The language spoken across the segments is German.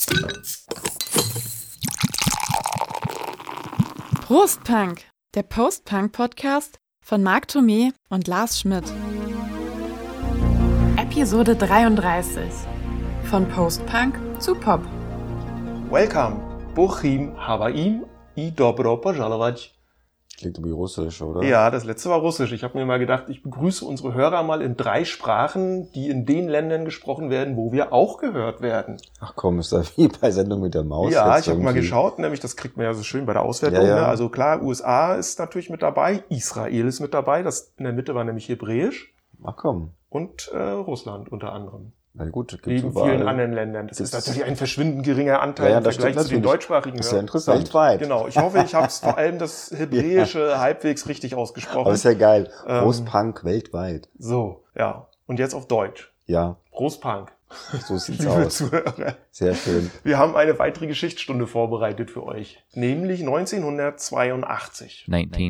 Prost Punk, der Post-Punk-Podcast von Marc Thomé und Lars Schmidt. Episode 33. Von Post-Punk zu Pop. Welcome, Bochim, Habaim, i dobro požalovat. Klingt irgendwie russisch, oder? Ja, das letzte war russisch. Ich habe mir mal gedacht, ich begrüße unsere Hörer mal in 3 Sprachen, die in den Ländern gesprochen werden, wo wir auch gehört werden. Ach komm, ist das wie bei Sendung mit der Maus? Ja, ich habe mal geschaut, nämlich das kriegt man ja so schön bei der Auswertung. Ja, ja. Ne? Also klar, USA ist natürlich mit dabei, Israel ist mit dabei, das in der Mitte war nämlich Hebräisch. Ach komm. Und Russland unter anderem. Na gut, gibt's Neben überall. vielen anderen Ländern. Das ist natürlich ein verschwindend geringer Anteil Ja, im das Vergleich stimmt zu den natürlich. deutschsprachigen Das ist ja Hörern. interessant. Weltweit. Genau, ich hoffe, ich habe es vor allem das Hebräische halbwegs richtig ausgesprochen. Aber ist ja geil. Großpunk weltweit. So, ja. Und jetzt auf Deutsch. Ja, Großpunk. so sieht's Liebe aus. Zuhörer. Sehr schön. Wir haben eine weitere Geschichtsstunde vorbereitet für euch. Nämlich 1982.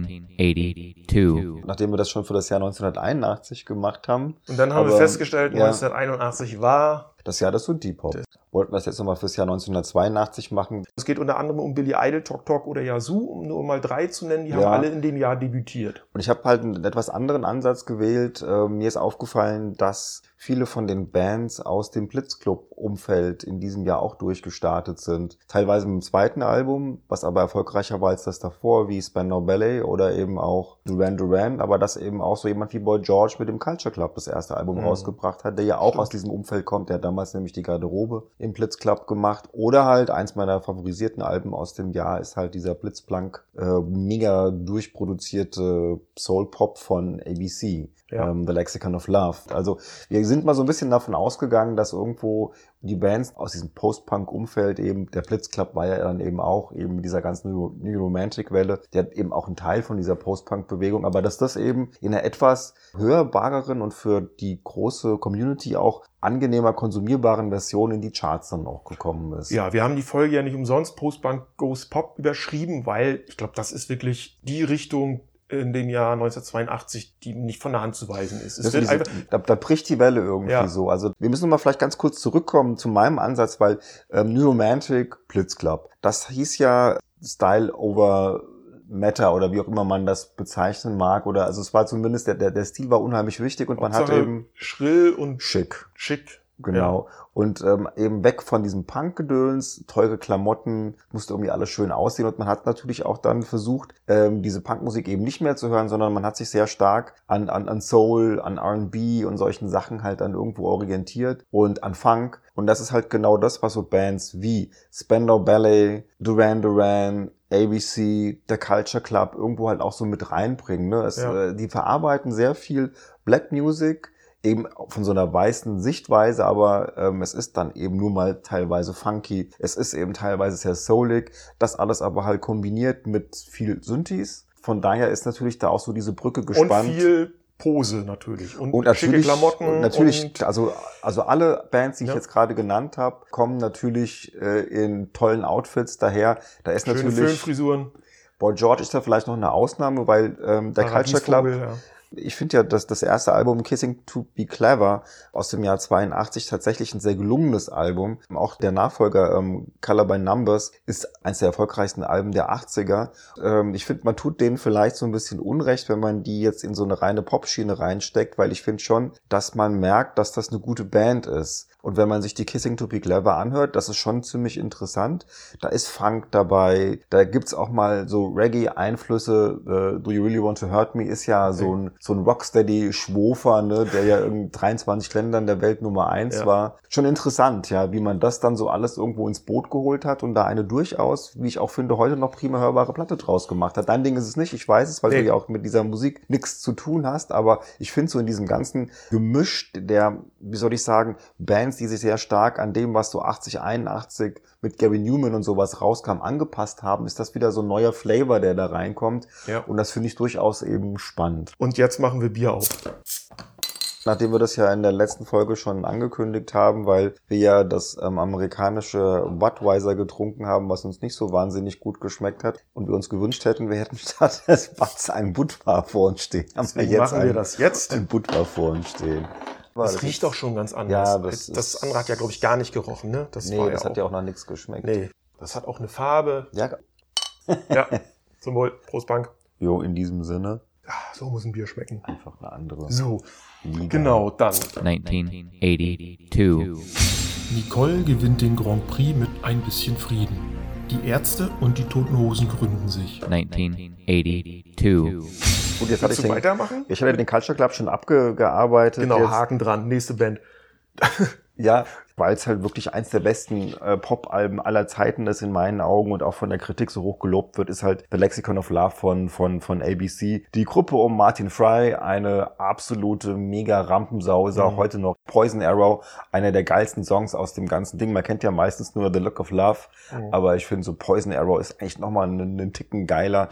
1982. Nachdem wir das schon für das Jahr 1981 gemacht haben, Und dann haben wir Aber, festgestellt, ja. 1981 war... das Jahr des Synthie-Pop. Wollten wir das jetzt nochmal fürs Jahr 1982 machen. Es geht unter anderem um Billy Idol, Tok Tok oder Yazoo, um nur mal 3 zu nennen. Die haben Ja. alle in dem Jahr debütiert. Und ich habe halt einen etwas anderen Ansatz gewählt. Mir ist aufgefallen, dass viele von den Bands aus dem Blitzclub-Umfeld in diesem Jahr auch durchgestartet sind. Teilweise mit dem zweiten Album, was aber erfolgreicher war als das davor, wie Spandau Ballet oder eben auch Duran Duran, aber dass eben auch so jemand wie Boy George mit dem Culture Club das erste Album rausgebracht hat, der ja auch aus diesem Umfeld kommt. Der hat damals nämlich die Garderobe im Blitzclub gemacht. Oder halt eins meiner favorisierten Alben aus dem Jahr ist halt dieser Blitzblank mega durchproduzierte Soul-Pop von ABC. Ja. The Lexicon of Love. Also wir sind mal so ein bisschen davon ausgegangen, dass irgendwo die Bands aus diesem Post-Punk-Umfeld eben, der Blitzclub war ja dann eben auch eben mit dieser ganzen New Romantic-Welle, der hat eben auch ein Teil von dieser Post-Punk-Bewegung, aber dass das eben in einer etwas hörbareren und für die große Community auch angenehmer konsumierbaren Version in die Charts dann auch gekommen ist. Ja, wir haben die Folge ja nicht umsonst Post-Punk Goes Pop überschrieben, weil ich glaube, das ist wirklich die Richtung in dem Jahr 1982, die nicht von der Hand zu weisen ist. Es wird einfach, da bricht die Welle irgendwie so. Also wir müssen mal vielleicht ganz kurz zurückkommen zu meinem Ansatz, weil New Romantic, Blitzclub, das hieß ja Style over Matter oder wie auch immer man das bezeichnen mag. Oder also es war zumindest, der Stil war unheimlich wichtig und man hat eben schrill und schick. Schick. Genau. Ja. Und eben weg von diesem Punk-Gedöns, teure Klamotten, musste irgendwie alles schön aussehen. Und man hat natürlich auch dann versucht, diese Punkmusik eben nicht mehr zu hören, sondern man hat sich sehr stark an Soul, an R&B und solchen Sachen halt dann irgendwo orientiert und an Funk. Und das ist halt genau das, was so Bands wie Spandau Ballet, Duran Duran, ABC, der Culture Club irgendwo halt auch so mit reinbringen. Ne? Die verarbeiten sehr viel Black Music, eben von so einer weißen Sichtweise, aber es ist dann eben nur mal teilweise funky, es ist eben teilweise sehr soulig, das alles aber halt kombiniert mit viel Synthes. Von daher ist natürlich da auch so diese Brücke gespannt. Und viel Pose natürlich. Und natürlich, schicke Klamotten. Und natürlich, also alle Bands, die ich jetzt gerade genannt habe, kommen natürlich in tollen Outfits daher. Da ist schöne natürlich Föhnfrisuren. Boy George ist da vielleicht noch eine Ausnahme, weil der Culture Club... Ja. Ich finde ja, dass das erste Album Kissing to be Clever aus dem Jahr 82 tatsächlich ein sehr gelungenes Album. Auch der Nachfolger Color by Numbers ist eines der erfolgreichsten Alben der 80er. Ich finde, man tut denen vielleicht so ein bisschen Unrecht, wenn man die jetzt in so eine reine Popschiene reinsteckt, weil ich finde schon, dass man merkt, dass das eine gute Band ist. Und wenn man sich die Kissing to be Clever anhört, das ist schon ziemlich interessant. Da ist Funk dabei, da gibt's auch mal so Reggae-Einflüsse. Do You Really Want to Hurt Me ist ja so ein Rocksteady-Schwofer, ne, der ja in 23 Ländern der Welt Nummer 1 war. Schon interessant, ja, wie man das dann so alles irgendwo ins Boot geholt hat und da eine durchaus, wie ich auch finde, heute noch prima hörbare Platte draus gemacht hat. Dein Ding ist es nicht, ich weiß es, weil du ja auch mit dieser Musik nichts zu tun hast, aber ich finde so in diesem ganzen Gemisch der, wie soll ich sagen, Bands, die sich sehr stark an dem, was so 80, 81 mit Gary Newman und sowas rauskam, angepasst haben, ist das wieder so ein neuer Flavor, der da reinkommt. Ja. Und das finde ich durchaus eben spannend. Und jetzt machen wir Bier auf. Nachdem wir das ja in der letzten Folge schon angekündigt haben, weil wir ja das amerikanische Budweiser getrunken haben, was uns nicht so wahnsinnig gut geschmeckt hat und wir uns gewünscht hätten, wir hätten statt des Buds einen Budvar vor uns stehen. Deswegen machen wir das jetzt. Ein Budvar vor uns stehen. Das riecht doch schon ganz anders. Ja, das andere hat ja, glaube ich, gar nicht gerochen, ne? Das hat ja auch noch nichts geschmeckt. Nee, das hat auch eine Farbe. Ja. Ja, zum Wohl. Prost, Bank. Jo, in diesem Sinne. Ja, so muss ein Bier schmecken. Einfach eine andere. So, Liga. genau, dann. 1982. Nicole gewinnt den Grand Prix mit ein bisschen Frieden. Die Ärzte und die Toten Hosen gründen sich. 1982. Gut, jetzt Willst du weitermachen? Ich hatte den Culture Club schon abgearbeitet. Genau, jetzt. Haken dran, nächste Band. Ja, weil es halt wirklich eins der besten Pop-Alben aller Zeiten ist in meinen Augen und auch von der Kritik so hoch gelobt wird, ist halt The Lexicon of Love von ABC. Die Gruppe um Martin Fry, eine absolute mega Rampensau, ist auch heute noch. Poison Arrow, einer der geilsten Songs aus dem ganzen Ding. Man kennt ja meistens nur The Look of Love, aber ich finde so Poison Arrow ist eigentlich nochmal einen Ticken geiler.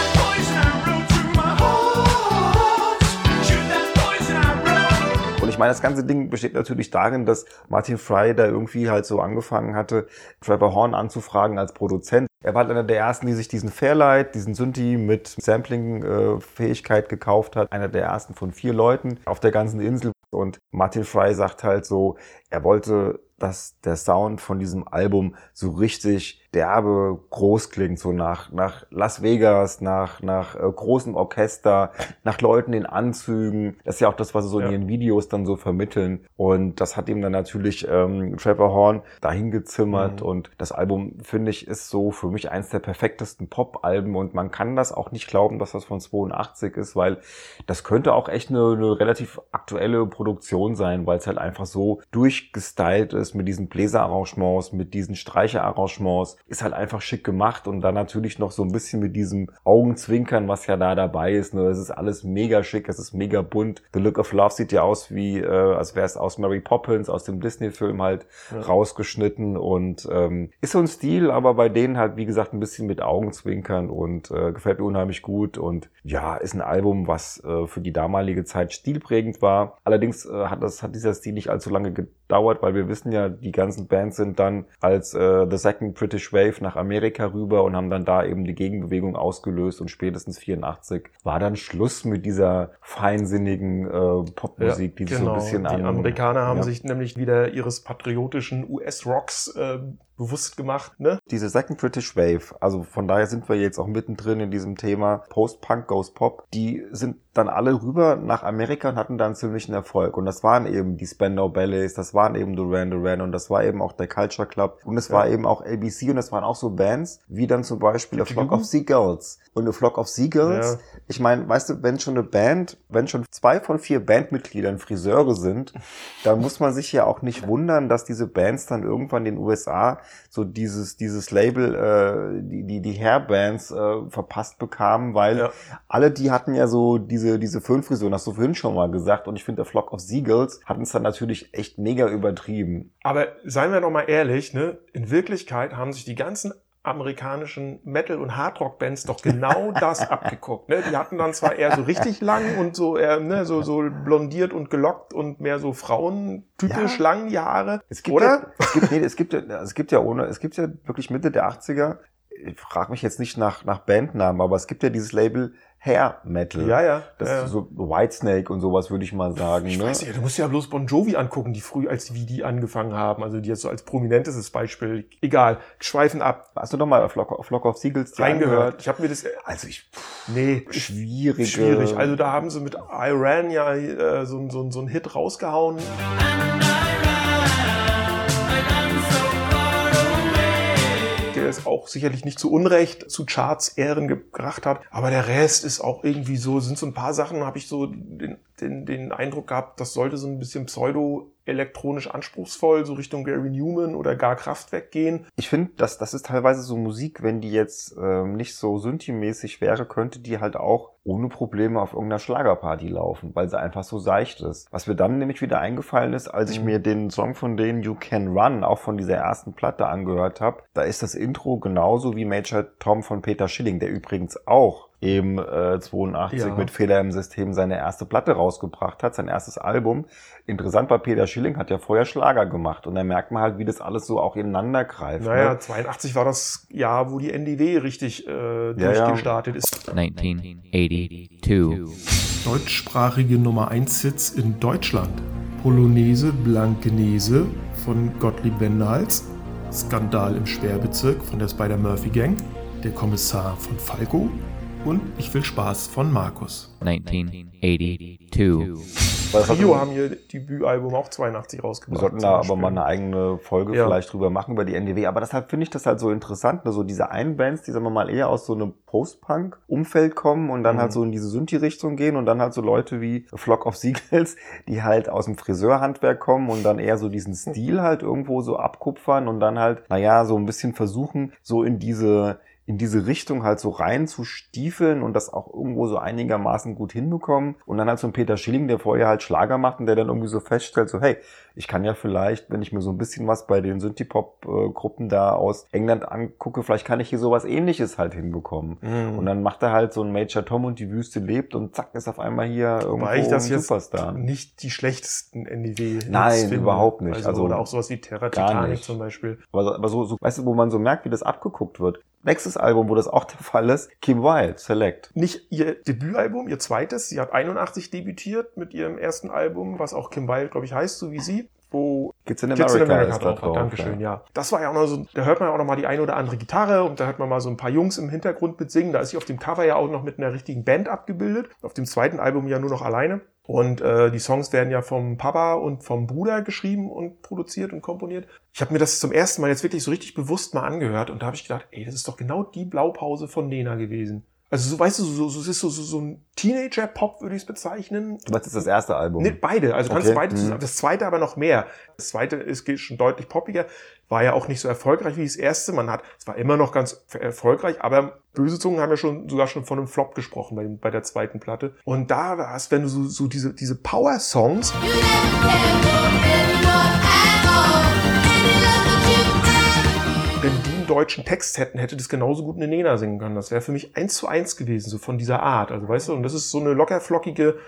Ich meine, das ganze Ding besteht natürlich darin, dass Martin Fry da irgendwie halt so angefangen hatte, Trevor Horn anzufragen als Produzent. Er war einer der ersten, die sich diesen Fairlight, diesen Synthi mit Sampling-Fähigkeit gekauft hat. Einer der ersten von 4 Leuten auf der ganzen Insel. Und Martin Fry sagt halt so, er wollte, dass der Sound von diesem Album so richtig derbe groß klingt, so nach Las Vegas, nach großem Orchester, nach Leuten in Anzügen. Das ist ja auch das, was sie so in ihren Videos dann so vermitteln. Und das hat ihm dann natürlich Trevor Horn dahin gezimmert. Und das Album, finde ich, ist so für mich eins der perfektesten Pop-Alben. Und man kann das auch nicht glauben, dass das von 82 ist, weil das könnte auch echt eine relativ aktuelle Produktion sein, weil es halt einfach so durchgestylt ist mit diesen Bläserarrangements, mit diesen Streicherarrangements. Ist halt einfach schick gemacht und dann natürlich noch so ein bisschen mit diesem Augenzwinkern, was ja da dabei ist. Ne? Es ist alles mega schick, es ist mega bunt. The Look of Love sieht ja aus wie, als wäre es aus Mary Poppins, aus dem Disney-Film halt rausgeschnitten und ist so ein Stil, aber bei denen halt, wie gesagt, ein bisschen mit Augenzwinkern und gefällt mir unheimlich gut und ja, ist ein Album, was für die damalige Zeit stilprägend war. Allerdings hat dieser Stil nicht allzu lange gedauert, weil wir wissen ja, die ganzen Bands sind dann als The Second British Wave nach Amerika rüber und haben dann da eben die Gegenbewegung ausgelöst und spätestens 84 war dann Schluss mit dieser feinsinnigen Popmusik, die so ein bisschen die Amerikaner haben sich nämlich wieder ihres patriotischen US-Rocks bewusst gemacht, ne? Diese Second British Wave, also von daher sind wir jetzt auch mittendrin in diesem Thema Post-Punk goes Pop, die sind dann alle rüber nach Amerika und hatten dann ziemlichen Erfolg. Und das waren eben die Spandau Ballets, das waren eben Duran Duran und das war eben auch der Culture Club und es war eben auch ABC und das waren auch so Bands, wie dann zum Beispiel A Flock of Seagulls. Und A Flock of Seagulls, ich meine, weißt du, wenn schon 2 von 4 Bandmitgliedern Friseure sind, dann muss man sich ja auch nicht wundern, dass diese Bands dann irgendwann in den USA so dieses Label, die Hairbands verpasst bekamen, weil alle, die hatten ja so diese Föhnfrisuren, hast du vorhin schon mal gesagt, und ich finde, der Flock of Seagulls hatten es dann natürlich echt mega übertrieben. Aber seien wir doch mal ehrlich, ne? In Wirklichkeit haben sich die ganzen amerikanischen Metal- und Hardrock-Bands doch genau das abgeguckt. Ne? Die hatten dann zwar eher so richtig lang und so eher so blondiert und gelockt und mehr so frauentypisch lang die Haare. Es gibt ja wirklich Mitte der 80er, ich frage mich jetzt nicht nach Bandnamen, aber es gibt ja dieses Label Hair Metal. Ja. Das ist so Whitesnake und sowas, würde ich mal sagen. Ich weiß nicht, du musst ja bloß Bon Jovi angucken, wie die angefangen haben. Also die jetzt so als prominentestes Beispiel. Egal, schweifen ab. Hast du doch mal Flock of Seagulls reingehört? Ich habe mir das... Schwierig. Also da haben sie mit Iran so einen Hit rausgehauen. Der es auch sicherlich nicht zu Unrecht zu Charts Ehren gebracht hat. Aber der Rest ist auch irgendwie so, sind so ein paar Sachen, habe ich so den Eindruck gehabt, das sollte so ein bisschen pseudo-elektronisch anspruchsvoll, so Richtung Gary Newman oder gar Kraftwerk gehen. Ich finde, das ist teilweise so Musik, wenn die jetzt nicht so Synthi-mäßig wäre, könnte die halt auch ohne Probleme auf irgendeiner Schlagerparty laufen, weil sie einfach so seicht ist. Was mir dann nämlich wieder eingefallen ist, als ich mir den Song von denen You Can Run auch von dieser ersten Platte angehört habe, da ist das Intro genauso wie Major Tom von Peter Schilling, der übrigens auch eben 82 mit Fehler im System seine erste Platte rausgebracht hat, sein erstes Album. Interessant war, Peter Schilling hat ja vorher Schlager gemacht und da merkt man halt, wie das alles so auch ineinander greift. Naja, ne? 82 war das Jahr, wo die NDW richtig durchgestartet ist. 1982. Deutschsprachige Nummer 1 Hits in Deutschland. Polonaise Blankenese von Gottlieb Wendehals, Skandal im Sperrbezirk von der Spider-Murphy-Gang, Der Kommissar von Falco und Ich will Spaß von Markus. 1982. Trio haben ihr Debütalbum auch 82 rausgebracht. Wir sollten da aber mal eine eigene Folge vielleicht drüber machen, über die NDW. Aber deshalb finde ich das halt so interessant, ne? So diese einen Bands, die, sagen wir mal, eher aus so einem Post-Punk-Umfeld kommen und dann halt so in diese Synthi-Richtung gehen und dann halt so Leute wie A Flock of Seagulls, die halt aus dem Friseurhandwerk kommen und dann eher so diesen Stil halt irgendwo so abkupfern und dann halt, naja, so ein bisschen versuchen, so in diese Richtung halt so rein zu stiefeln und das auch irgendwo so einigermaßen gut hinbekommen. Und dann halt so ein Peter Schilling, der vorher halt Schlager macht und der dann irgendwie so feststellt, so hey, ich kann ja vielleicht, wenn ich mir so ein bisschen was bei den Synthie-Pop-Gruppen da aus England angucke, vielleicht kann ich hier sowas Ähnliches halt hinbekommen. Und dann macht er halt so ein Major Tom und die Wüste lebt und zack, ist auf einmal hier irgendwo ein Superstar. Nicht die schlechtesten NDW. Nein, überhaupt nicht. Also, oder auch sowas wie Terra Titanic zum Beispiel. Aber so, weißt du, wo man so merkt, wie das abgeguckt wird. Nächstes Album, wo das auch der Fall ist, Kim Wilde, Select. Nicht ihr Debütalbum, ihr zweites. Sie hat 81 debütiert mit ihrem ersten Album, was auch Kim Wilde, glaube ich, heißt, so wie sie. Wo Kids in America drauf hat. Dankeschön, ja. Das war ja auch noch so, da hört man auch noch mal die eine oder andere Gitarre und da hört man mal so ein paar Jungs im Hintergrund mitsingen. Da ist sie auf dem Cover ja auch noch mit einer richtigen Band abgebildet. Auf dem zweiten Album ja nur noch alleine. Und die Songs werden ja vom Papa und vom Bruder geschrieben und produziert und komponiert. Ich habe mir das zum ersten Mal jetzt wirklich so richtig bewusst mal angehört und da habe ich gedacht, ey, das ist doch genau die Blaupause von Nena gewesen. Also so, weißt du, es ist so ein Teenager-Pop, würde ich es bezeichnen. Du meinst, das ist das erste Album? Nee, beide. Also kannst du beide zusammen. Das zweite aber noch mehr. Das zweite geht schon deutlich poppiger. War ja auch nicht so erfolgreich wie das erste. Es war immer noch ganz erfolgreich, aber böse Zungen haben ja sogar schon von einem Flop gesprochen bei der zweiten Platte. Und da war's, wenn du so diese Power-Songs. Wenn die einen deutschen Text hätten, hätte das genauso gut eine Nena singen können. Das wäre für mich 1:1 gewesen, so von dieser Art. Also weißt du, und das ist so eine lockerflockige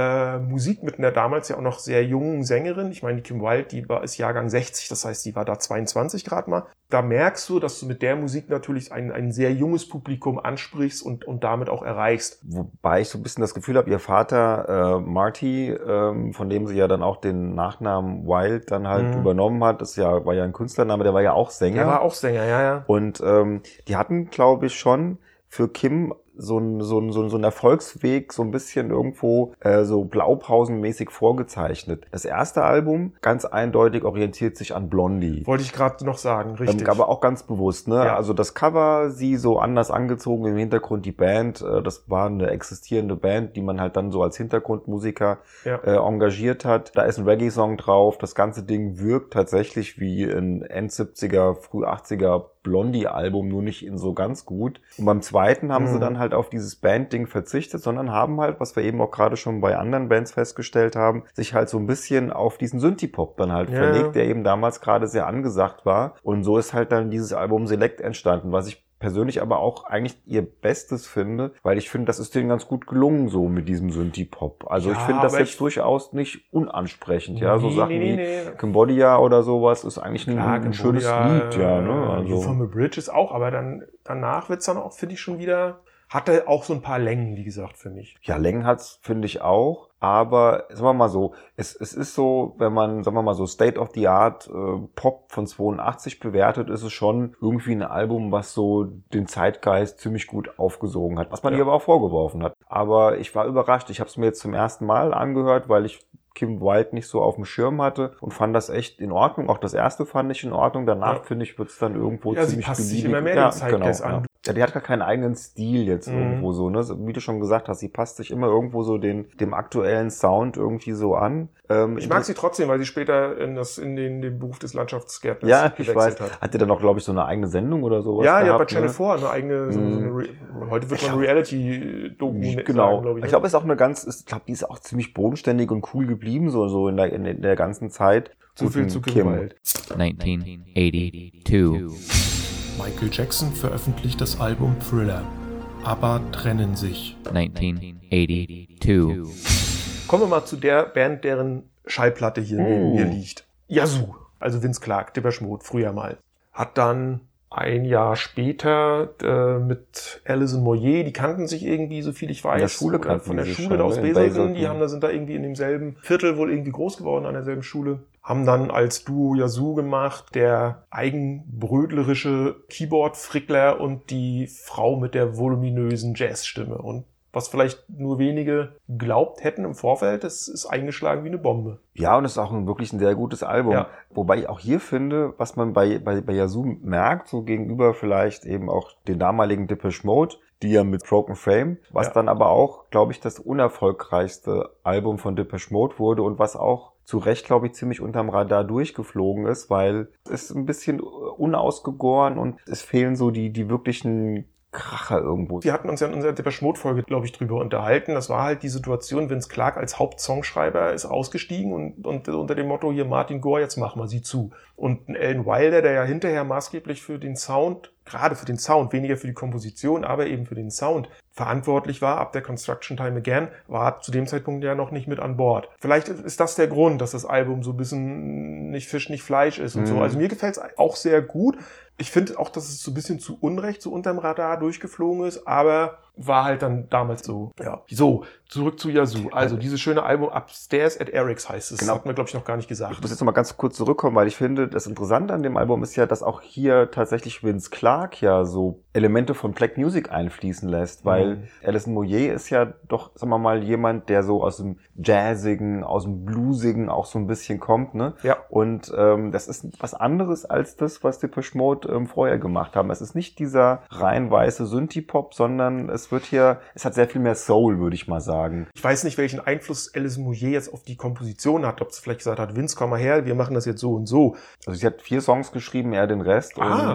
Musik mit einer damals ja auch noch sehr jungen Sängerin. Ich meine, die Kim Wilde, ist Jahrgang 60, das heißt, die war da 22 gerade mal. Da merkst du, dass du mit der Musik natürlich ein sehr junges Publikum ansprichst und damit auch erreichst. Wobei ich so ein bisschen das Gefühl habe, ihr Vater Marty, von dem sie ja dann auch den Nachnamen Wilde dann halt übernommen hat, war ja ein Künstlername, der war ja auch Sänger. Der war auch Sänger, ja. Und die hatten, glaube ich, schon für Kim so ein Erfolgsweg so ein bisschen irgendwo so blaupausenmäßig vorgezeichnet. Das erste Album ganz eindeutig orientiert sich an Blondie. Wollte ich gerade noch sagen, richtig. Aber auch ganz bewusst, ne? Ja. Also das Cover, sie so anders angezogen, im Hintergrund die Band, das war eine existierende Band, die man halt dann so als Hintergrundmusiker engagiert hat. Da ist ein Reggae-Song drauf, das ganze Ding wirkt tatsächlich wie ein End-70er, früh 80er Blondie-Album, nur nicht in so ganz gut. Und beim zweiten haben sie dann halt auf dieses Band-Ding verzichtet, sondern haben halt, was wir eben auch gerade schon bei anderen Bands festgestellt haben, sich halt so ein bisschen auf diesen Synthie-Pop dann halt verlegt, der eben damals gerade sehr angesagt war. Und so ist halt dann dieses Album Select entstanden, was ich persönlich aber auch eigentlich ihr Bestes finde, weil ich finde, das ist denen ganz gut gelungen so mit diesem Synthie-Pop. Also ich finde das jetzt durchaus nicht unansprechend, ja, so Sachen wie Cambodia oder sowas ist eigentlich ein schönes Lied, ja, ne? Also From the Bridge ist auch, aber danach wird's dann auch, finde ich, schon wieder, hatte auch so ein paar Längen, wie gesagt, für mich. Ja, Längen hat's, finde ich auch. Aber sagen wir mal so, es ist so, wenn man, sagen wir mal so, State of the Art Pop von 82 bewertet, ist es schon irgendwie ein Album, was so den Zeitgeist ziemlich gut aufgesogen hat, was man ihr aber auch vorgeworfen hat. Aber ich war überrascht. Ich habe es mir jetzt zum ersten Mal angehört, weil ich Kim Wilde nicht so auf dem Schirm hatte und fand das echt in Ordnung. Auch das erste fand ich in Ordnung. Danach, finde ich, wird's dann irgendwo ziemlich sie passt beliebig. Sich immer mehr den Zeitgeist an. Ja, die hat gar keinen eigenen Stil jetzt irgendwo so, ne? Wie du schon gesagt hast, sie passt sich immer irgendwo so dem aktuellen Sound irgendwie so an. Ich mag sie trotzdem, weil sie später in den Beruf des Landschaftsgärtners gewechselt hat. Hat die dann auch, glaube ich, so eine eigene Sendung oder sowas gehabt? Ja, bei Channel 4 eine eigene, heute wird man Reality-Doku genau. glaube ich. Ich glaube, ist auch die ist auch ziemlich bodenständig und cool geblieben, so in der ganzen Zeit. Zu viel zu Kim Wilde. 1982. Michael Jackson veröffentlicht das Album Thriller. ABBA trennen sich. 1982. Kommen wir mal zu der Band, deren Schallplatte hier neben mir liegt. Yazoo, also Vince Clarke, Depeche Mode, früher mal. Hat dann ein Jahr später mit Alison Moyet, die kannten sich irgendwie, so viel ich weiß. Von der Schule kannten von der sie Schule schon, aus in Basel. Basel. Sind da irgendwie in demselben Viertel wohl irgendwie groß geworden, an derselben Schule. Haben dann als Duo Yazoo gemacht, der eigenbrötlerische Keyboard-Frickler und die Frau mit der voluminösen Jazzstimme. Und was vielleicht nur wenige geglaubt hätten im Vorfeld, das ist eingeschlagen wie eine Bombe. Ja, und es ist auch wirklich ein sehr gutes Album. Ja. Wobei ich auch hier finde, was man bei Yazoo merkt, so gegenüber vielleicht eben auch den damaligen Depeche Mode, die ja mit Broken Frame, was dann aber auch, glaube ich, das unerfolgreichste Album von Depeche Mode wurde und was auch zu Recht, glaube ich, ziemlich unterm Radar durchgeflogen ist, weil es ist ein bisschen unausgegoren und es fehlen so die wirklichen Kracher irgendwo. Wir hatten uns ja in unserer Depeche Mode-Folge, glaube ich, drüber unterhalten. Das war halt die Situation, Vince Clarke als Hauptsongschreiber ist ausgestiegen und unter dem Motto hier Martin Gore, jetzt mach mal sie zu. Und ein Alan Wilder, der ja hinterher maßgeblich für den Sound, gerade für den Sound, weniger für die Komposition, aber eben für den Sound verantwortlich war, ab der Construction Time Again, war zu dem Zeitpunkt ja noch nicht mit an Bord. Vielleicht ist das der Grund, dass das Album so ein bisschen nicht Fisch, nicht Fleisch ist und so. Also mir gefällt es auch sehr gut. Ich finde auch, dass es so ein bisschen zu Unrecht so unterm Radar durchgeflogen ist, aber war halt dann damals so. Ja. So, zurück zu Yazoo. Also dieses schöne Album Upstairs at Eric's heißt es. Genau. Das hat man, glaube ich, noch gar nicht gesagt. Ich muss jetzt noch mal ganz kurz zurückkommen, weil ich finde, das Interessante an dem Album ist ja, dass auch hier tatsächlich Vince Clarke ja so Elemente von Black Music einfließen lässt, weil Alison Moyet ist ja doch, sagen wir mal, jemand, der so aus dem Jazzigen, aus dem Bluesigen auch so ein bisschen kommt, ne? Ja. Und das ist was anderes als das, was Depeche Mode vorher gemacht haben. Es ist nicht dieser rein weiße Synthie-Pop, sondern es hat sehr viel mehr Soul, würde ich mal sagen. Ich weiß nicht, welchen Einfluss Alison Moyet jetzt auf die Komposition hat. Ob sie vielleicht gesagt hat, Vince, komm mal her, wir machen das jetzt so und so. Also sie hat 4 Songs geschrieben, er den Rest.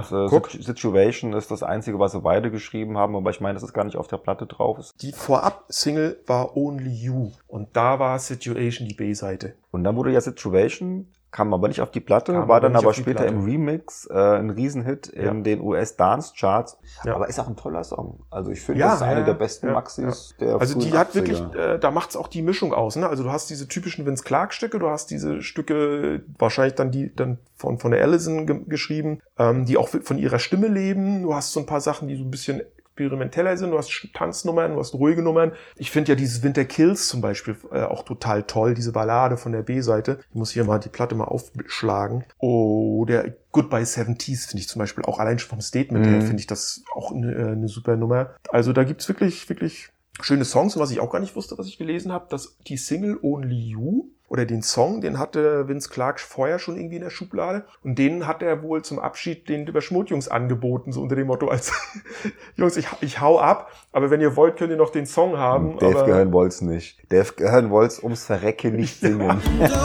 Situation ist das Einzige, was sie beide geschrieben haben, aber ich meine, dass es gar nicht auf der Platte drauf ist. Die Vorab-Single war Only You und da war Situation die B-Seite. Und dann wurde ja Situation, kam aber nicht auf die Platte, war dann aber später im Remix ein Riesenhit in den US-Dance-Charts. Ja. Aber ist auch ein toller Song. Also ich finde, das ist eine der besten Maxis der Also die 80er. hat wirklich, da macht's auch die Mischung aus. Ne? Also du hast diese typischen Vince Clarke-Stücke, du hast diese Stücke, wahrscheinlich dann von der Allison geschrieben, die auch von ihrer Stimme leben. Du hast so ein paar Sachen, die so ein bisschen experimenteller sind, du hast Tanznummern, du hast ruhige Nummern. Ich finde ja dieses Winter Kills zum Beispiel auch total toll, diese Ballade von der B-Seite. Ich muss hier mal die Platte mal aufschlagen. Oh, der Goodbye 70s finde ich zum Beispiel auch allein schon vom Statement her, finde ich das auch eine super Nummer. Also da gibt's wirklich, wirklich schöne Songs. Und was ich auch gar nicht wusste, was ich gelesen habe, dass die Single Only You oder den Song, den hatte Vince Clarke vorher schon irgendwie in der Schublade. Und den hat er wohl zum Abschied den Depeche Mode Jungs angeboten, so unter dem Motto, als Jungs, ich hau ab, aber wenn ihr wollt, könnt ihr noch den Song haben. Dave Gahan wollt's nicht. Dave Gahan wollt's ums Verrecken nicht singen.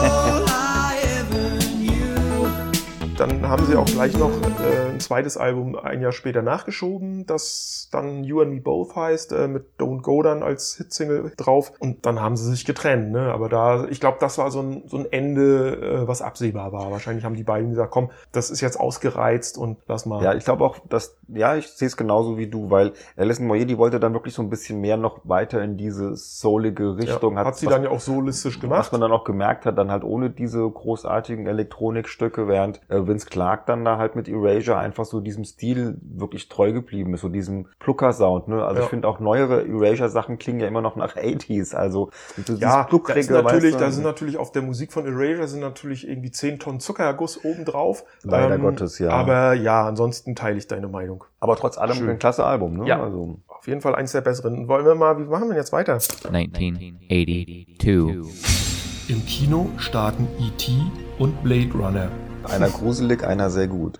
Dann haben sie auch gleich noch ein zweites Album ein Jahr später nachgeschoben, das dann You and Me Both heißt, mit Don't Go dann als Hitsingle drauf. Und dann haben sie sich getrennt. Ne? Aber ich glaube, das war so ein Ende, was absehbar war. Wahrscheinlich haben die beiden gesagt, komm, das ist jetzt ausgereizt und lass mal. Ja, ich glaube auch, ich sehe es genauso wie du, weil Alison Moyet, die wollte dann wirklich so ein bisschen mehr noch weiter in diese soulige Richtung. Ja, hat sie dann ja auch solistisch gemacht. Was man dann auch gemerkt hat, dann halt ohne diese großartigen Elektronikstücke, während Vince Clarke dann da halt mit Erasure einfach so diesem Stil wirklich treu geblieben ist, so diesem Plucker-Sound, ne? Also ich finde auch neuere Erasure-Sachen klingen ja immer noch nach 80s, also ja, da sind natürlich auf der Musik von Erasure sind natürlich irgendwie 10 Tonnen Zuckerguss obendrauf. Leider Gottes, ja. Aber ja, ansonsten teile ich deine Meinung. Aber trotz allem ein klasse Album, ne? Ja, also auf jeden Fall eins der besseren. Wie machen wir jetzt weiter? 1982. Im Kino starten E.T. und Blade Runner. Einer gruselig, einer sehr gut.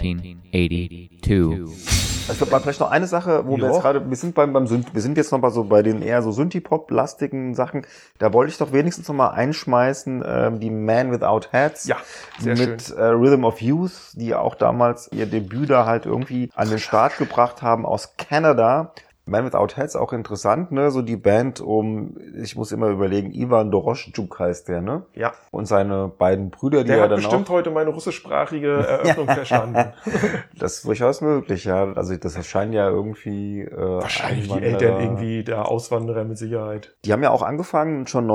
1982. Ich glaube, vielleicht noch eine Sache, wo wir jetzt gerade, wir sind jetzt noch mal so bei den eher so Synthie-Pop-lastigen Sachen. Da wollte ich doch wenigstens noch mal einschmeißen, die Man Without Hats. Ja, sehr mit schön. Rhythm of Youth, die auch damals ihr Debüt da halt irgendwie an den Start gebracht haben aus Kanada. Man Without Hats auch interessant, ne? So die Band ich muss immer überlegen, Ivan Doroschuk heißt der, ne? Ja. Und seine beiden Brüder, die Der ja hat dann bestimmt heute meine russischsprachige Eröffnung verstanden. Das ist durchaus möglich, ja. Also das scheinen ja irgendwie Wahrscheinlich die Eltern irgendwie der Auswanderer mit Sicherheit. Die haben ja auch angefangen schon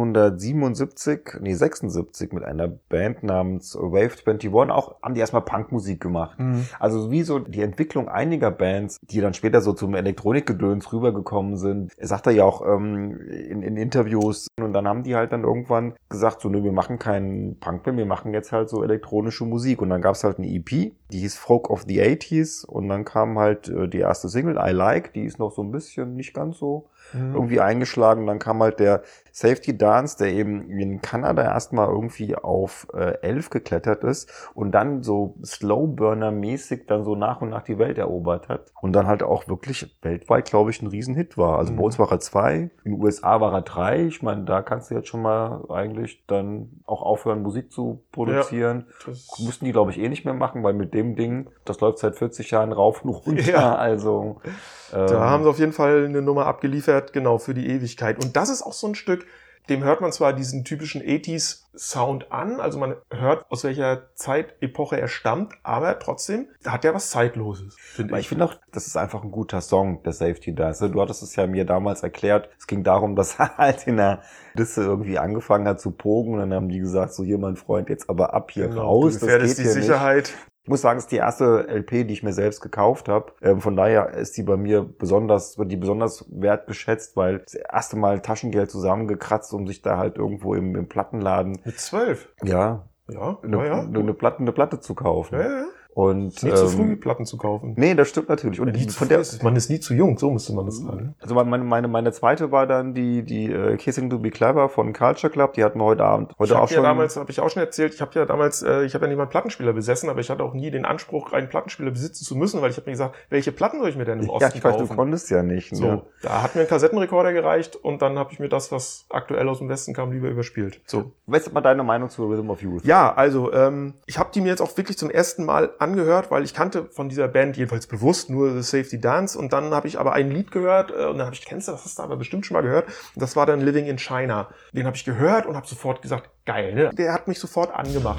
1976 mit einer Band namens Wave 21. Auch haben die erstmal Punkmusik gemacht. Also wie so die Entwicklung einiger Bands, die dann später so zum Elektronikgedöns rübergekommen sind. Er sagt ja auch in Interviews. Und dann haben die halt dann irgendwann gesagt, so, wir machen keinen Punk mehr, wir machen jetzt halt so elektronische Musik. Und dann gab es halt eine EP, die hieß Folk of the 80s. Und dann kam halt die erste Single, I Like, die ist noch so ein bisschen nicht ganz so irgendwie eingeschlagen. Dann kam halt der Safety Dance, der eben in Kanada erstmal irgendwie auf 11 geklettert ist und dann so Slowburner-mäßig dann so nach und nach die Welt erobert hat. Und dann halt auch wirklich weltweit, glaube ich, ein Riesenhit war. Also bei uns war er 2, in den USA war er 3. Ich meine, da kannst du jetzt schon mal eigentlich dann auch aufhören, Musik zu produzieren. Ja, mussten die, glaube ich, nicht mehr machen, weil mit dem Ding, das läuft seit 40 Jahren rauf und runter. Ja. Also da haben sie auf jeden Fall eine Nummer abgeliefert, genau, für die Ewigkeit. Und das ist auch so ein Stück, dem hört man zwar diesen typischen 80s-Sound an, also man hört, aus welcher Zeitepoche er stammt, aber trotzdem hat er was Zeitloses, finde ich. Ich finde auch, das ist einfach ein guter Song, der Safety Dance. Du hattest es ja mir damals erklärt, es ging darum, dass er halt in der Liste irgendwie angefangen hat zu pogen und dann haben die gesagt, so hier, mein Freund, jetzt aber ab hier raus, das geht die Sicherheit. Nicht. Ich muss sagen, es ist die erste LP, die ich mir selbst gekauft habe. Von daher ist die bei mir besonders wertgeschätzt, weil das erste Mal Taschengeld zusammengekratzt, um sich da halt irgendwo im Plattenladen. Mit 12? Ja. Ja, eine Platte zu kaufen. Ja. Und nie zu früh, Platten zu kaufen. Nee, das stimmt natürlich. Und man ist nie zu jung, so müsste man das sagen. Also meine zweite war dann die Kissing to be Clever von Culture Club. Die hatten wir heute Abend. Habe ich auch schon erzählt, ich habe ja nicht mal einen Plattenspieler besessen, aber ich hatte auch nie den Anspruch, einen Plattenspieler besitzen zu müssen, weil ich habe mir gesagt, welche Platten soll ich mir denn im Osten kaufen? Du konntest ja nicht. Ne? So, da hat mir ein Kassettenrekorder gereicht und dann habe ich mir das, was aktuell aus dem Westen kam, lieber überspielt. So. Was ist mal deine Meinung zu Rhythm of Youth? Ja, also ich habe die mir jetzt auch wirklich zum ersten Mal angehört, weil ich kannte von dieser Band jedenfalls bewusst nur The Safety Dance und dann habe ich aber ein Lied gehört und dann habe ich, kennst du das, hast du aber bestimmt schon mal gehört, und das war dann Living in China. Den habe ich gehört und habe sofort gesagt, geil, ne? Der hat mich sofort angemacht.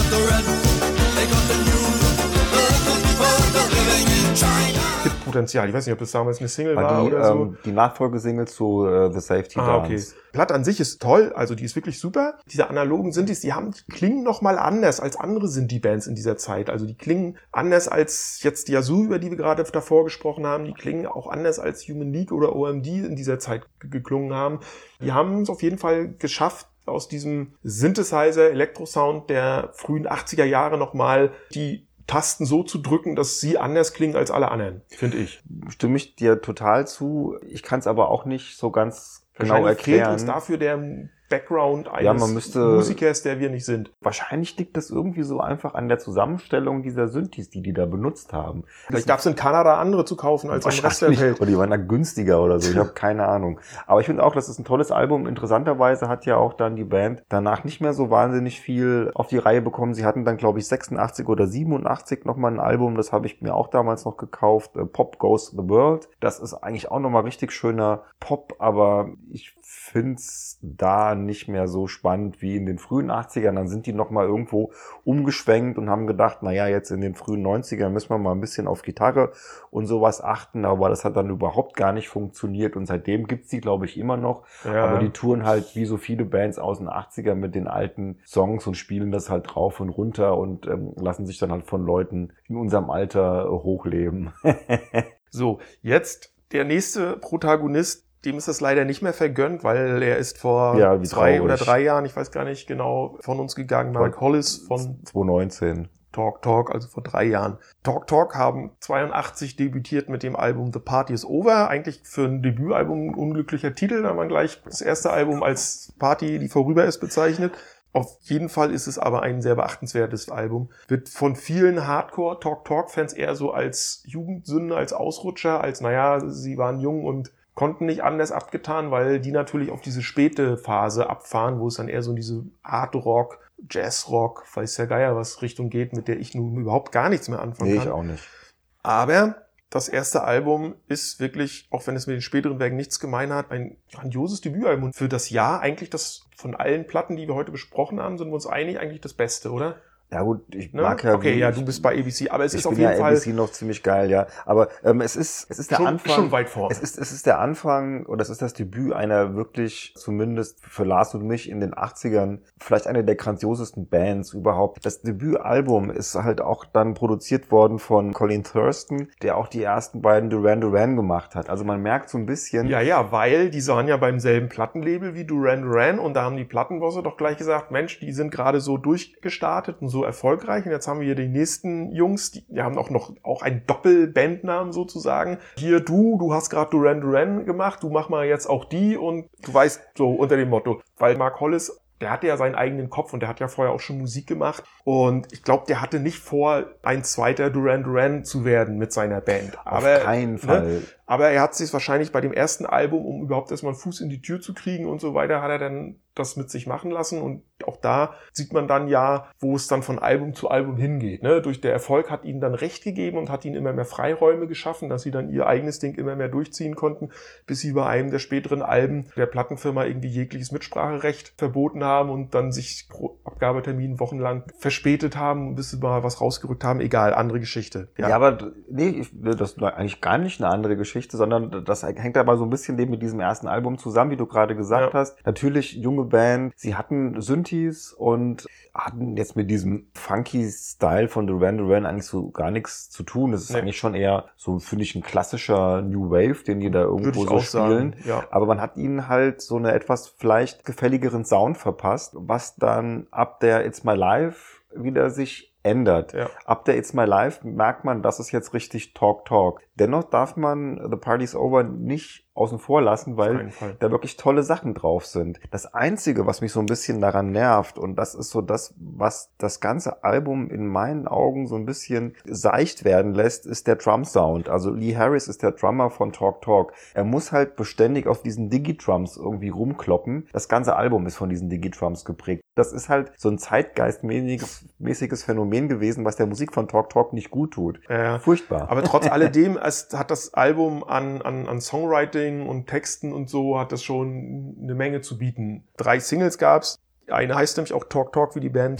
Hitpotenzial. Ich weiß nicht, ob das damals eine Single war oder so. Die Nachfolgesingle zu The Safety Dance. Okay. Platte an sich ist toll, also die ist wirklich super. Diese analogen Synthes, die klingen nochmal anders als andere Synthie-Bands in dieser Zeit. Also die klingen anders als jetzt die Yazoo, über die wir gerade davor gesprochen haben. Die klingen auch anders als Human League oder OMD in dieser Zeit geklungen haben. Die haben es auf jeden Fall geschafft, aus diesem Synthesizer-Elektrosound der frühen 80er Jahre nochmal die Tasten so zu drücken, dass sie anders klingen als alle anderen, finde ich. Stimme ich dir total zu. Ich kann es aber auch nicht so ganz genau erklären. Fehlt uns dafür der Background eines Musikers, der wir nicht sind. Wahrscheinlich liegt das irgendwie so einfach an der Zusammenstellung dieser Synthes, die da benutzt haben. Vielleicht gab es in Kanada andere zu kaufen als im Rest der Welt. Oder die waren dann günstiger oder so, ich habe keine Ahnung. Aber ich finde auch, das ist ein tolles Album. Interessanterweise hat ja auch dann die Band danach nicht mehr so wahnsinnig viel auf die Reihe bekommen. Sie hatten dann, glaube ich, 86 oder 87 nochmal ein Album, das habe ich mir auch damals noch gekauft, Pop Goes the World. Das ist eigentlich auch nochmal richtig schöner Pop, aber ich finde es da nicht mehr so spannend wie in den frühen 80ern. Dann sind die nochmal irgendwo umgeschwenkt und haben gedacht, naja, jetzt in den frühen 90ern müssen wir mal ein bisschen auf Gitarre und sowas achten, aber das hat dann überhaupt gar nicht funktioniert und seitdem gibt's die, glaube ich, immer noch. Ja. Aber die touren halt wie so viele Bands aus den 80ern mit den alten Songs und spielen das halt rauf und runter und lassen sich dann halt von Leuten in unserem Alter hochleben. So, jetzt der nächste Protagonist. Dem ist das leider nicht mehr vergönnt, weil er ist vor 2 oder 3 Jahren, ich weiß gar nicht genau, von uns gegangen. Mark Hollis von 2019. Talk, also vor 3 Jahren. Talk haben 82 debütiert mit dem Album The Party is Over. Eigentlich für ein Debütalbum ein unglücklicher Titel, da man gleich das erste Album als Party, die vorüber ist, bezeichnet. Auf jeden Fall ist es aber ein sehr beachtenswertes Album. Wird von vielen Hardcore-Talk-Fans eher so als Jugendsünde, als Ausrutscher, als sie waren jung und konnten nicht anders abgetan, weil die natürlich auf diese späte Phase abfahren, wo es dann eher so in diese Hard-Rock, Jazz-Rock, weiß der Geier was Richtung geht, mit der ich nun überhaupt gar nichts mehr anfangen kann. Nee, ich auch nicht. Aber das erste Album ist wirklich, auch wenn es mit den späteren Werken nichts gemein hat, ein grandioses Debütalbum. Und für das Jahr eigentlich das von allen Platten, die wir heute besprochen haben, sind wir uns einig, eigentlich das Beste, oder? Ja gut, ich mag ja... Okay, ja, du bist bei ABC, aber es ist auf jeden Fall... Ich bin ja ABC noch ziemlich geil, ja. Aber es ist der Anfang... Schon weit vorne. Es ist der Anfang, oder es ist das Debüt einer wirklich, zumindest für Lars und mich in den 80ern, vielleicht eine der grandiosesten Bands überhaupt. Das Debütalbum ist halt auch dann produziert worden von Colin Thurston, der auch die ersten beiden Duran Duran gemacht hat. Also man merkt so ein bisschen... Ja, weil die waren ja beim selben Plattenlabel wie Duran Duran und da haben die Plattenbosse doch gleich gesagt, Mensch, die sind gerade so durchgestartet und so erfolgreich und jetzt haben wir hier die nächsten Jungs, die haben auch einen Doppelbandnamen sozusagen. Hier du hast gerade Duran Duran gemacht, du mach mal jetzt auch die und du weißt so unter dem Motto, weil Mark Hollis, der hatte ja seinen eigenen Kopf und der hat ja vorher auch schon Musik gemacht und ich glaube, der hatte nicht vor, ein zweiter Duran Duran zu werden mit seiner Band. Auf keinen Fall. Ne? Aber er hat sich wahrscheinlich bei dem ersten Album, um überhaupt erstmal einen Fuß in die Tür zu kriegen und so weiter, hat er dann das mit sich machen lassen und auch da sieht man dann ja, wo es dann von Album zu Album hingeht. Ne? Durch der Erfolg hat ihnen dann Recht gegeben und hat ihnen immer mehr Freiräume geschaffen, dass sie dann ihr eigenes Ding immer mehr durchziehen konnten, bis sie bei einem der späteren Alben der Plattenfirma irgendwie jegliches Mitspracherecht verboten haben und dann sich pro Abgabetermin wochenlang verspätet haben, bis sie mal was rausgerückt haben. Egal, andere Geschichte. Ja, aber nee, das ist eigentlich gar nicht eine andere Geschichte, sondern das hängt aber so ein bisschen mit diesem ersten Album zusammen, wie du gerade gesagt hast. Natürlich junge Band, sie hatten Synthes und hatten jetzt mit diesem funky Style von Duran Duran eigentlich so gar nichts zu tun. Das ist eigentlich schon eher so, finde ich, ein klassischer New Wave, den die da irgendwo so spielen. Sagen, ja. Aber man hat ihnen halt so eine etwas vielleicht gefälligeren Sound verpasst, was dann ab der It's My Life wieder sich ändert. Ja. Ab der It's My Life merkt man, das ist jetzt richtig Talk. Dennoch darf man The Party's Over nicht außen vor lassen, weil da wirklich tolle Sachen drauf sind. Das Einzige, was mich so ein bisschen daran nervt, und das ist so das, was das ganze Album in meinen Augen so ein bisschen seicht werden lässt, ist der Drum-Sound. Also Lee Harris ist der Drummer von Talk. Er muss halt beständig auf diesen Digi-Drums irgendwie rumkloppen. Das ganze Album ist von diesen Digi-Drums geprägt. Das ist halt so ein zeitgeistmäßiges Phänomen gewesen, was der Musik von Talk nicht gut tut. Furchtbar. Aber trotz alledem hat das Album an Songwriting und Texten und so hat das schon eine Menge zu bieten. 3 Singles gab's. Eine heißt nämlich auch Talk wie die Band.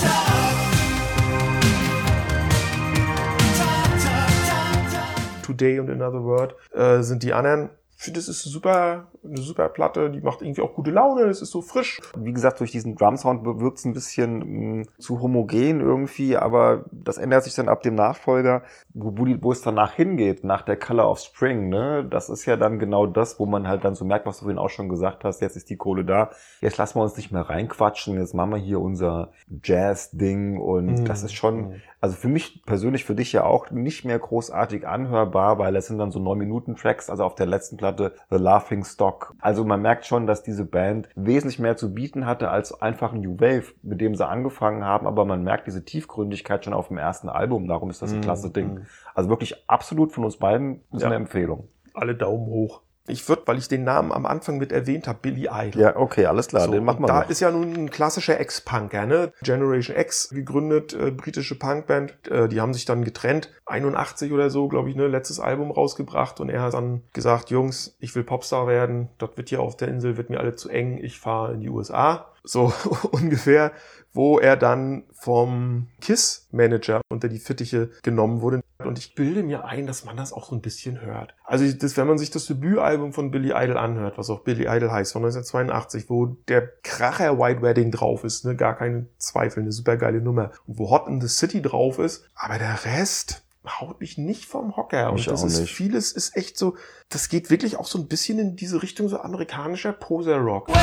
Today und Another Word sind die anderen. Ich finde, das ist eine super Platte, die macht irgendwie auch gute Laune, das ist so frisch. Wie gesagt, durch diesen Drum-Sound wirkt es ein bisschen zu homogen irgendwie, aber das ändert sich dann ab dem Nachfolger, wo es danach hingeht, nach der Color of Spring, ne? Das ist ja dann genau das, wo man halt dann so merkt, was du vorhin auch schon gesagt hast, jetzt ist die Kohle da, jetzt lassen wir uns nicht mehr reinquatschen, jetzt machen wir hier unser Jazz-Ding und das ist schon, also für mich persönlich, für dich ja auch nicht mehr großartig anhörbar, weil es sind dann so 9-Minuten-Tracks, also auf der letzten Platte The Laughing Stock. Also man merkt schon, dass diese Band wesentlich mehr zu bieten hatte als einfach ein New Wave, mit dem sie angefangen haben, aber man merkt diese Tiefgründigkeit schon auf dem ersten Album, darum ist das ein klasse Ding. Also wirklich absolut von uns beiden ist eine Empfehlung. Alle Daumen hoch. Ich würde, weil ich den Namen am Anfang mit erwähnt habe, Billy Idol. Ja, okay, alles klar, so, den machen wir da noch. Ist ja nun ein klassischer Ex-Punker, ne? Generation X gegründet, britische Punkband. Die haben sich dann getrennt, 81 oder so, glaube ich, ne? Letztes Album rausgebracht und er hat dann gesagt, Jungs, ich will Popstar werden, das wird hier auf der Insel, wird mir alle zu eng, ich fahre in die USA. So ungefähr, wo er dann vom KISS-Manager unter die Fittiche genommen wurde. Und ich bilde mir ein, dass man das auch so ein bisschen hört. Also wenn man sich das Debütalbum von Billy Idol anhört, was auch Billy Idol heißt, von 1982, wo der Kracher White Wedding drauf ist, ne, gar keine Zweifel, eine super geile Nummer. Und wo Hot in the City drauf ist, aber der Rest haut mich nicht vom Hocker. Und das ist vieles ist echt so, das geht wirklich auch so ein bisschen in diese Richtung so amerikanischer Poser-Rock. Ja,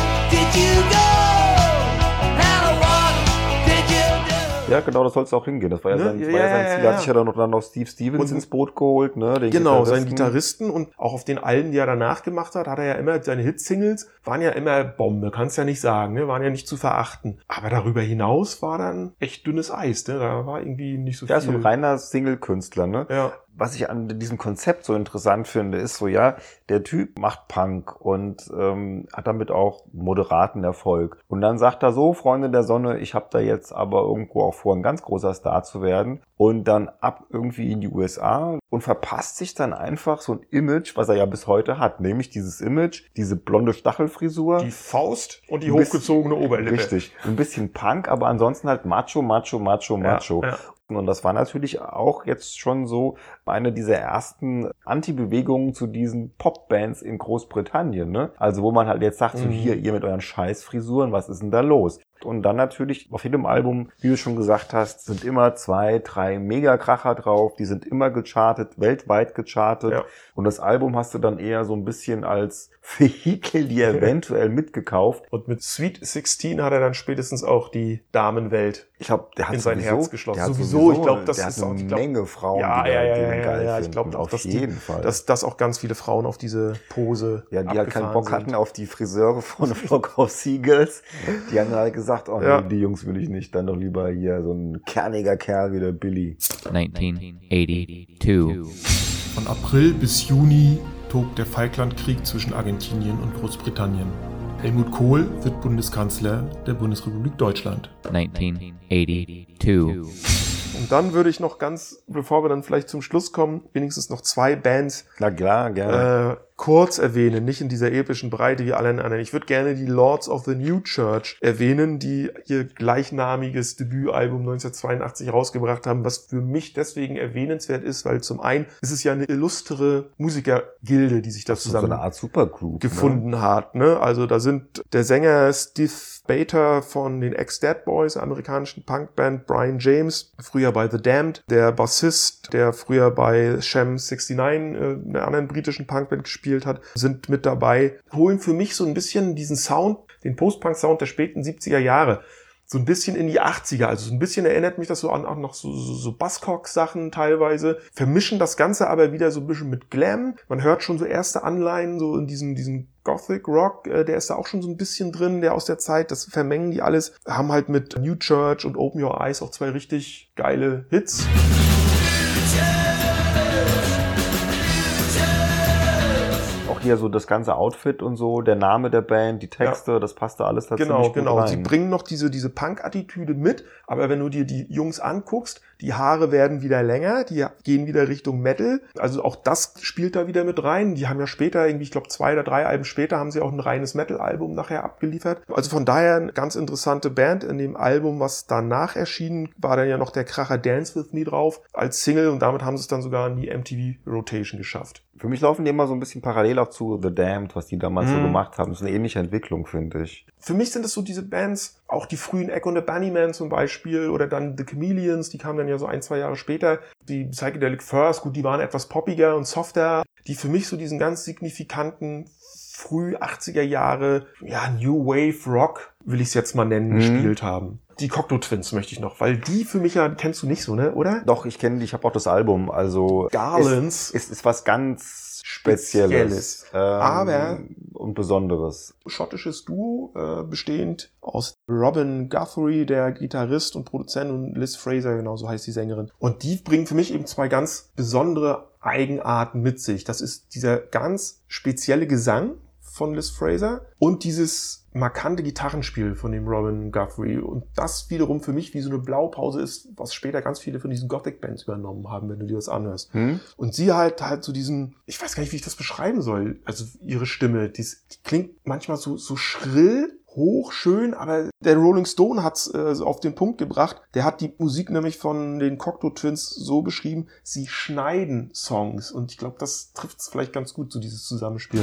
genau, das soll es auch hingehen. Das war ja sein Ziel. Er hat sich ja dann noch Steve Stevens ins Boot geholt, ne? Den Genau, seinen Gitarristen und auch auf den Alben, die er danach gemacht hat, hat er ja immer, seine Hitsingles waren ja immer Bombe, kannst ja nicht sagen, ne? Waren ja nicht zu verachten. Aber darüber hinaus war dann echt dünnes Eis, ne? Da war irgendwie nicht so viel. Ja, so ein reiner Single-Künstler, ne? Ja. Was ich an diesem Konzept so interessant finde, ist so, ja, der Typ macht Punk und hat damit auch moderaten Erfolg. Und dann sagt er so, Freunde der Sonne, ich habe da jetzt aber irgendwo auch vor, ein ganz großer Star zu werden. Und dann ab irgendwie in die USA und verpasst sich dann einfach so ein Image, was er ja bis heute hat. Nämlich dieses Image, diese blonde Stachelfrisur. Die Faust und die hochgezogene Oberlippe. Richtig. Ein bisschen Punk, aber ansonsten halt Macho. Ja. Und das war natürlich auch jetzt schon so eine dieser ersten Anti-Bewegungen zu diesen Popbands in Großbritannien, ne? Also wo man halt jetzt sagt, so hier, ihr mit euren Scheißfrisuren, was ist denn da los? Und dann natürlich auf jedem Album, wie du schon gesagt hast, sind immer 2, 3 Megakracher drauf, die sind immer gechartet, weltweit gechartet. Ja. Und das Album hast du dann eher so ein bisschen als Vehikel, die eventuell mitgekauft. Und mit Sweet 16 hat er dann spätestens auch die Damenwelt in sein Herz geschlossen. Ich glaube, das ist eine Menge Frauen, die geil finden. Ich glaube auf jeden Fall. Dass auch ganz viele Frauen auf diese Pose die halt keinen Bock hatten auf die Friseure von Flock of Seagulls. Die haben halt gesagt, nee, die Jungs will ich nicht, dann doch lieber hier so ein kerniger Kerl wie der Billy. 1982. Von April bis Juni tobt der Falklandkrieg zwischen Argentinien und Großbritannien. Helmut Kohl wird Bundeskanzler der Bundesrepublik Deutschland. 1982. Und dann würde ich noch bevor wir dann vielleicht zum Schluss kommen, wenigstens noch 2 Bands Na klar, gerne. Kurz erwähnen, nicht in dieser epischen Breite wie alle anderen. Ich würde gerne die Lords of the New Church erwähnen, die ihr gleichnamiges Debütalbum 1982 rausgebracht haben, was für mich deswegen erwähnenswert ist, weil zum einen ist es ja eine illustre Musikergilde, die sich da zusammen so eine Art Supergroup gefunden hat. Ne? Also da sind der Sänger Steve Bater von den Ex-Dead Boys, der amerikanischen Punkband, Brian James, früher bei The Damned, der Bassist, der früher bei Sham 69, einer anderen britischen Punkband gespielt hat, sind mit dabei, holen für mich so ein bisschen diesen Sound, den Post-Punk-Sound der späten 70er Jahre, so ein bisschen in die 80er, also so ein bisschen erinnert mich das so an auch noch so Buzzcock-Sachen teilweise, vermischen das Ganze aber wieder so ein bisschen mit Glam. Man hört schon so erste Anleihen so in diesem Gothic Rock, der ist da auch schon so ein bisschen drin, der aus der Zeit, das vermengen die alles, haben halt mit New Church und Open Your Eyes auch 2 richtig geile Hits. Hier so das ganze Outfit und so, der Name der Band, die Texte, das passt da alles dazu. Genau. Und sie bringen noch diese Punk-Attitüde mit, aber wenn du dir die Jungs anguckst, die Haare werden wieder länger, die gehen wieder Richtung Metal. Also auch das spielt da wieder mit rein. Die haben ja später irgendwie, ich glaube 2 oder 3 Alben später, haben sie auch ein reines Metal-Album nachher abgeliefert. Also von daher eine ganz interessante Band. In dem Album, was danach erschien, war dann ja noch der Kracher Dance With Me drauf als Single und damit haben sie es dann sogar in die MTV Rotation geschafft. Für mich laufen die immer so ein bisschen parallel auch zu The Damned, was die damals so gemacht haben. Das ist eine ähnliche Entwicklung, finde ich. Für mich sind es so diese Bands, auch die frühen Echo and the Bunnymen zum Beispiel oder dann The Chameleons, die kamen dann ja so 1, 2 Jahre später. Die Psychedelic Furs, gut, die waren etwas poppiger und softer, die für mich so diesen ganz signifikanten früh 80er Jahre, New Wave Rock, will ich es jetzt mal nennen, gespielt haben. Die Cocteau Twins möchte ich noch, weil die für mich kennst du nicht so, ne, oder? Doch, ich kenne die, ich habe auch das Album, also Garlands ist was ganz Spezielles. Aber und Besonderes. Schottisches Duo, bestehend aus Robin Guthrie, der Gitarrist und Produzent, und Liz Fraser, genau so heißt die Sängerin. Und die bringen für mich eben 2 ganz besondere Eigenarten mit sich. Das ist dieser ganz spezielle Gesang von Liz Fraser und dieses markante Gitarrenspiel von dem Robin Guthrie. Und das wiederum für mich wie so eine Blaupause ist, was später ganz viele von diesen Gothic-Bands übernommen haben, wenn du dir das anhörst. Und sie halt so diesen, ich weiß gar nicht, wie ich das beschreiben soll, also ihre Stimme, die klingt manchmal so schrill, hoch, schön, aber der Rolling Stone hat's auf den Punkt gebracht. Der hat die Musik nämlich von den Cocteau Twins so beschrieben, sie schneiden Songs. Und ich glaube, das trifft's vielleicht ganz gut, so dieses Zusammenspiel.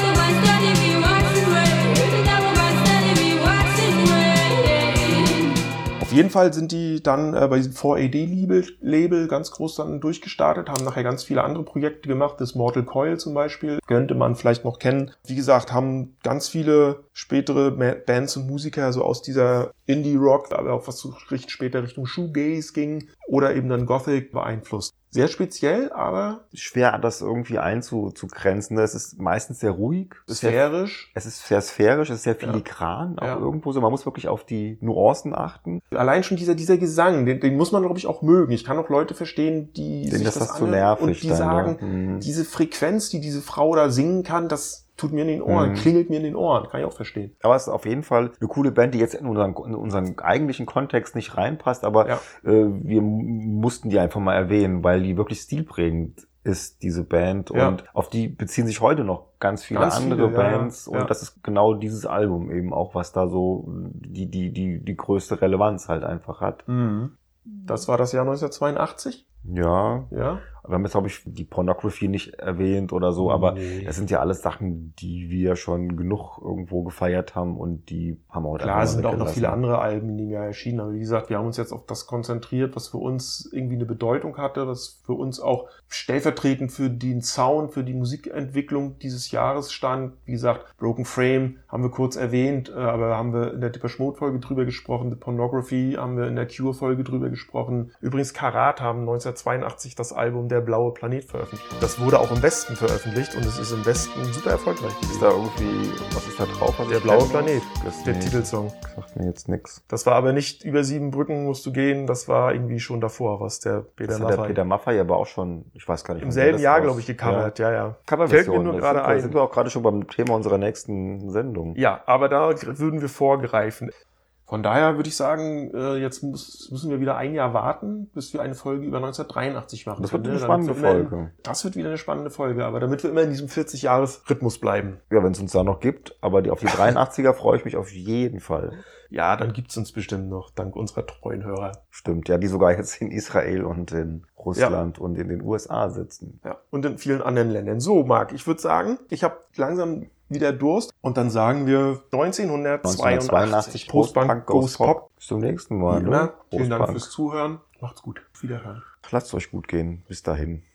Auf jeden Fall sind die dann bei diesem 4AD-Label ganz groß dann durchgestartet, haben nachher ganz viele andere Projekte gemacht, das Mortal Coil zum Beispiel, könnte man vielleicht noch kennen. Wie gesagt, haben ganz viele spätere Bands und Musiker so aus dieser Indie-Rock, aber auch was so später Richtung Shoegaze ging oder eben dann Gothic beeinflusst. Sehr speziell, aber schwer, das irgendwie einzugrenzen. Es ist meistens sehr ruhig. sphärisch. Es ist sehr sphärisch, es ist sehr filigran, auch irgendwo so. Man muss wirklich auf die Nuancen achten. Allein schon dieser Gesang, den muss man, glaube ich, auch mögen. Ich kann auch Leute verstehen, die denen sich das das zu nervig und die dann, sagen, diese Frequenz, die diese Frau da singen kann, das tut mir in den Ohren, klingelt mir in den Ohren. Kann ich auch verstehen. Aber es ist auf jeden Fall eine coole Band, die jetzt in unseren eigentlichen Kontext nicht reinpasst, aber wir mussten die einfach mal erwähnen, weil die wirklich stilprägend ist, diese Band. Und auf die beziehen sich heute noch ganz viele andere Bands. Und das ist genau dieses Album eben auch, was da so die größte Relevanz halt einfach hat. Das war das Jahr 1982? Ja. Wir haben jetzt, glaube ich, die Pornography nicht erwähnt oder so, aber das sind ja alles Sachen, die wir schon genug irgendwo gefeiert haben und die haben wir heute Klar, es sind auch noch viele andere Alben in dem Jahr erschienen, aber wie gesagt, wir haben uns jetzt auf das konzentriert, was für uns irgendwie eine Bedeutung hatte, was für uns auch stellvertretend für den Sound, für die Musikentwicklung dieses Jahres stand. Wie gesagt, Broken Frame haben wir kurz erwähnt, aber haben wir in der Depeche Mode Folge drüber gesprochen, The Pornography haben wir in der Cure Folge drüber gesprochen. Übrigens, Karat haben 1982 das Album Der blaue Planet veröffentlicht. Das wurde auch im Westen veröffentlicht und es ist im Westen super erfolgreich. Ist da irgendwie, was ist da drauf? Der blaue Planet, der Titelsong. Sagt mir jetzt nix. Das war aber nicht über 7 Brücken musst du gehen, das war irgendwie schon davor, was der Peter Maffay. Der Peter Maffay aber auch schon, ich weiß gar nicht. Im selben Jahr, glaube ich, gecovert, ja. Coverversion. Fällt mir nur gerade ein. Da sind wir auch gerade schon beim Thema unserer nächsten Sendung. Ja, aber da würden wir vorgreifen. Von daher würde ich sagen, jetzt müssen wir wieder ein Jahr warten, bis wir eine Folge über 1983 machen. Das wird eine spannende Folge. Das wird wieder eine spannende Folge, aber damit wir immer in diesem 40-Jahres-Rhythmus bleiben. Ja, wenn es uns da noch gibt, aber auf die 83er freue ich mich auf jeden Fall. Ja, dann gibt's uns bestimmt noch, dank unserer treuen Hörer. Stimmt, ja, die sogar jetzt in Israel und in Russland und in den USA sitzen. Ja, und in vielen anderen Ländern. So, Marc, ich würde sagen, ich habe langsam wieder Durst und dann sagen wir 1982 Postpunk Goes Pop. Bis zum nächsten Mal. Ne? Vielen Dank fürs Zuhören. Macht's gut. Auf Wiederhören. Lasst es euch gut gehen. Bis dahin.